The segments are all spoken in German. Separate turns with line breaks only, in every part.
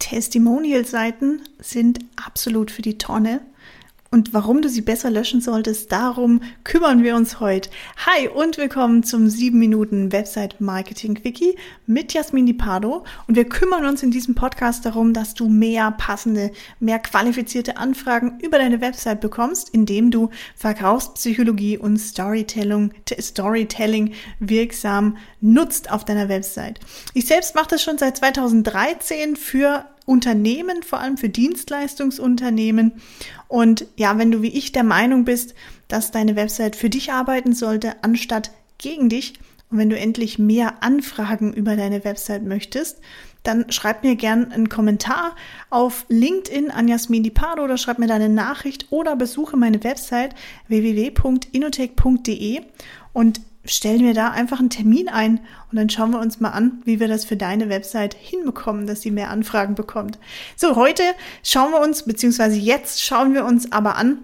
Testimonial-Seiten sind absolut für die Tonne. Und warum du sie besser löschen solltest, darum kümmern wir uns heute. Hi und willkommen zum 7 Minuten Website Marketing Quickie mit Jasmin Di Pardo. Und wir kümmern uns in diesem Podcast darum, dass du mehr passende, mehr qualifizierte Anfragen über deine Website bekommst, indem du Verkaufspsychologie und Storytelling wirksam nutzt auf deiner Website. Ich selbst mache das schon seit 2013 für Unternehmen, vor allem für Dienstleistungsunternehmen. Und ja, wenn du wie ich der Meinung bist, dass deine Website für dich arbeiten sollte, anstatt gegen dich, und wenn du endlich mehr Anfragen über deine Website möchtest, dann schreib mir gern einen Kommentar auf LinkedIn an Jasmin Di Pardo oder schreib mir deine Nachricht oder besuche meine Website www.inotech.de und stell mir da einfach einen Termin ein und dann schauen wir uns mal an, wie wir das für deine Website hinbekommen, dass sie mehr Anfragen bekommt. So, heute schauen wir uns, beziehungsweise jetzt schauen wir uns aber an,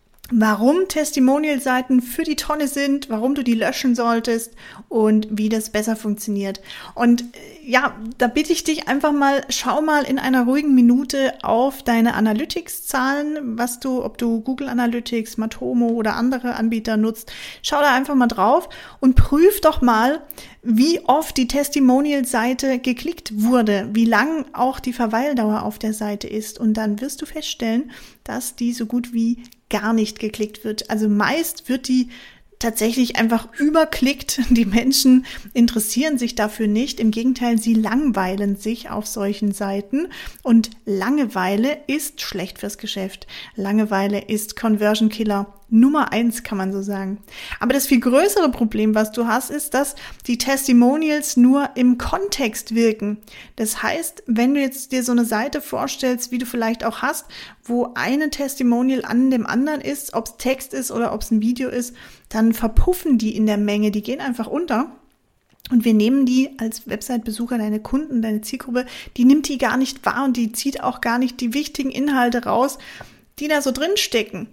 warum Testimonial-Seiten für die Tonne sind, warum du die löschen solltest und wie das besser funktioniert. Und ja, da bitte ich dich einfach mal, schau mal in einer ruhigen Minute auf deine Analytics-Zahlen, ob du Google Analytics, Matomo oder andere Anbieter nutzt. Schau da einfach mal drauf und prüf doch mal, wie oft die Testimonial-Seite geklickt wurde, wie lang auch die Verweildauer auf der Seite ist. Und dann wirst du feststellen, dass die so gut wie gar nicht geklickt wird. Also meist wird die tatsächlich einfach überklickt. Die Menschen interessieren sich dafür nicht. Im Gegenteil, sie langweilen sich auf solchen Seiten. Und Langeweile ist schlecht fürs Geschäft. Langeweile ist Conversion Killer Nummer 1, kann man so sagen. Aber das viel größere Problem, was du hast, ist, dass die Testimonials nur im Kontext wirken. Das heißt, wenn du jetzt dir so eine Seite vorstellst, wie du vielleicht auch hast, wo eine Testimonial an dem anderen ist, ob es Text ist oder ob es ein Video ist, dann verpuffen die in der Menge, die gehen einfach unter. Und wir nehmen die als Website-Besucher, deine Kunden, deine Zielgruppe, die nimmt die gar nicht wahr und die zieht auch gar nicht die wichtigen Inhalte raus, die da so drin stecken.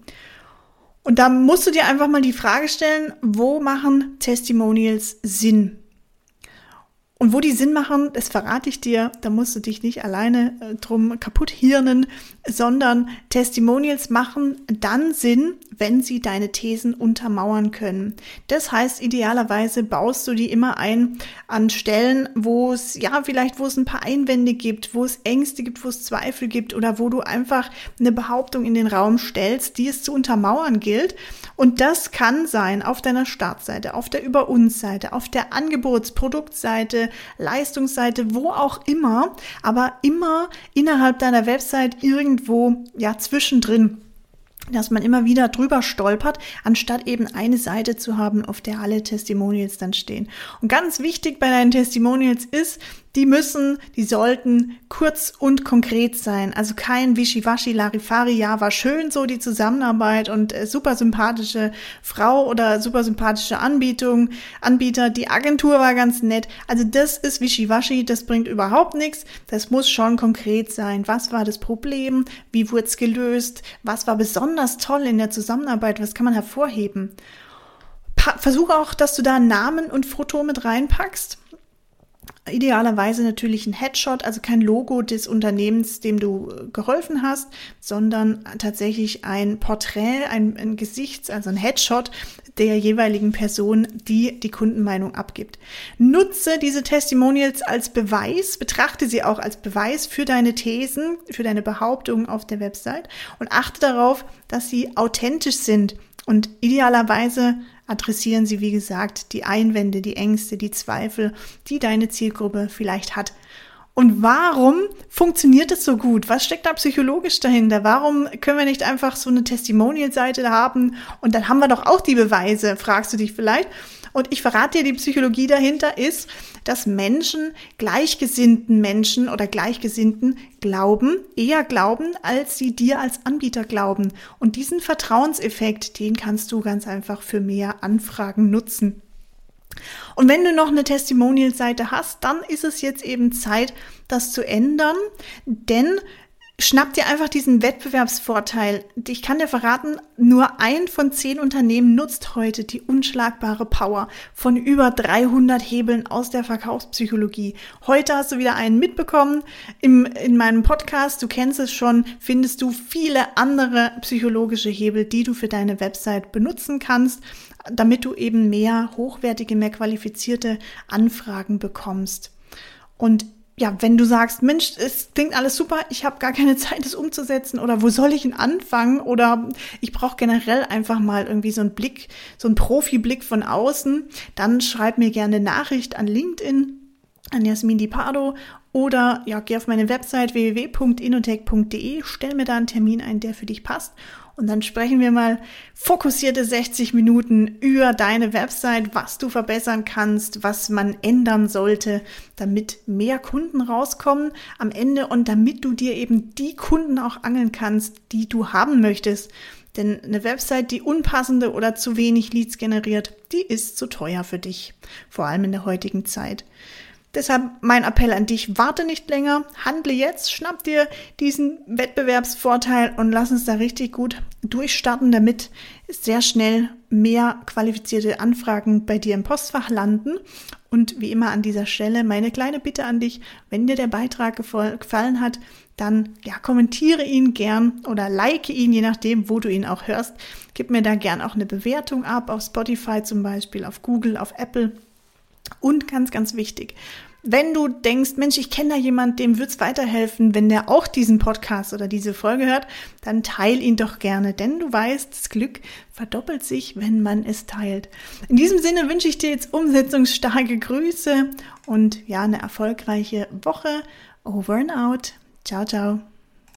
Und da musst du dir einfach mal die Frage stellen, wo machen Testimonials Sinn? Und wo die Sinn machen, das verrate ich dir, da musst du dich nicht alleine drum kaputt hirnen, sondern Testimonials machen dann Sinn, wenn sie deine Thesen untermauern können. Das heißt, idealerweise baust du die immer ein an Stellen, wo es ein paar Einwände gibt, wo es Ängste gibt, wo es Zweifel gibt oder wo du einfach eine Behauptung in den Raum stellst, die es zu untermauern gilt. Und das kann sein auf deiner Startseite, auf der Über uns Seite, auf der Angebots-Produktseite, Leistungsseite, wo auch immer, aber immer innerhalb deiner Website irgendwo, zwischendrin, dass man immer wieder drüber stolpert, anstatt eben eine Seite zu haben, auf der alle Testimonials dann stehen. Und ganz wichtig bei deinen Testimonials ist, die sollten kurz und konkret sein. Also kein Wischiwaschi, Larifari, ja, war schön so die Zusammenarbeit und super sympathische Frau oder super sympathische Anbieter, die Agentur war ganz nett. Also das ist Wischiwaschi, das bringt überhaupt nichts. Das muss schon konkret sein. Was war das Problem? Wie wurde es gelöst? Was war besonders toll in der Zusammenarbeit? Was kann man hervorheben? Versuche auch, dass du da Namen und Foto mit reinpackst. Idealerweise natürlich ein Headshot, also kein Logo des Unternehmens, dem du geholfen hast, sondern tatsächlich ein Porträt, ein Gesichts-, also ein Headshot der jeweiligen Person, die die Kundenmeinung abgibt. Nutze diese Testimonials als Beweis, betrachte sie auch als Beweis für deine Thesen, für deine Behauptungen auf der Website und achte darauf, dass sie authentisch sind. Und idealerweise adressieren sie, wie gesagt, die Einwände, die Ängste, die Zweifel, die deine Zielgruppe vielleicht hat. Und warum funktioniert es so gut? Was steckt da psychologisch dahinter? Warum können wir nicht einfach so eine Testimonial-Seite haben und dann haben wir doch auch die Beweise, fragst du dich vielleicht. Und ich verrate dir, die Psychologie dahinter ist, dass Menschen gleichgesinnten Menschen oder Gleichgesinnten eher glauben, als sie dir als Anbieter glauben. Und diesen Vertrauenseffekt, den kannst du ganz einfach für mehr Anfragen nutzen. Und wenn du noch eine Testimonial-Seite hast, dann ist es jetzt eben Zeit, das zu ändern, denn schnapp dir einfach diesen Wettbewerbsvorteil. Ich kann dir verraten, nur 1 von 10 Unternehmen nutzt heute die unschlagbare Power von über 300 Hebeln aus der Verkaufspsychologie. Heute hast du wieder einen mitbekommen. In meinem Podcast, du kennst es schon, findest du viele andere psychologische Hebel, die du für deine Website benutzen kannst, damit du eben mehr hochwertige, mehr qualifizierte Anfragen bekommst. Und ja, wenn du sagst, Mensch, es klingt alles super, ich habe gar keine Zeit, das umzusetzen oder wo soll ich denn anfangen oder ich brauche generell einfach mal irgendwie so einen Blick, so einen Profi-Blick von außen, dann schreib mir gerne eine Nachricht an LinkedIn, an Jasmin Di Pardo oder ja, geh auf meine Website www.inotech.de, stell mir da einen Termin ein, der für dich passt. Und dann sprechen wir mal fokussierte 60 Minuten über deine Website, was du verbessern kannst, was man ändern sollte, damit mehr Kunden rauskommen am Ende und damit du dir eben die Kunden auch angeln kannst, die du haben möchtest. Denn eine Website, die unpassende oder zu wenig Leads generiert, die ist zu teuer für dich, vor allem in der heutigen Zeit. Deshalb mein Appell an dich, warte nicht länger, handle jetzt, schnapp dir diesen Wettbewerbsvorteil und lass uns da richtig gut durchstarten, damit sehr schnell mehr qualifizierte Anfragen bei dir im Postfach landen. Und wie immer an dieser Stelle meine kleine Bitte an dich, wenn dir der Beitrag gefallen hat, dann ja, kommentiere ihn gern oder like ihn, je nachdem, wo du ihn auch hörst. Gib mir da gern auch eine Bewertung ab, auf Spotify zum Beispiel, auf Google, auf Apple. Und ganz, ganz wichtig, wenn du denkst, Mensch, ich kenne da jemanden, dem wird's weiterhelfen, wenn der auch diesen Podcast oder diese Folge hört, dann teil ihn doch gerne, denn du weißt, das Glück verdoppelt sich, wenn man es teilt. In diesem Sinne wünsche ich dir jetzt umsetzungsstarke Grüße und ja, eine erfolgreiche Woche. Over and out. Ciao, ciao.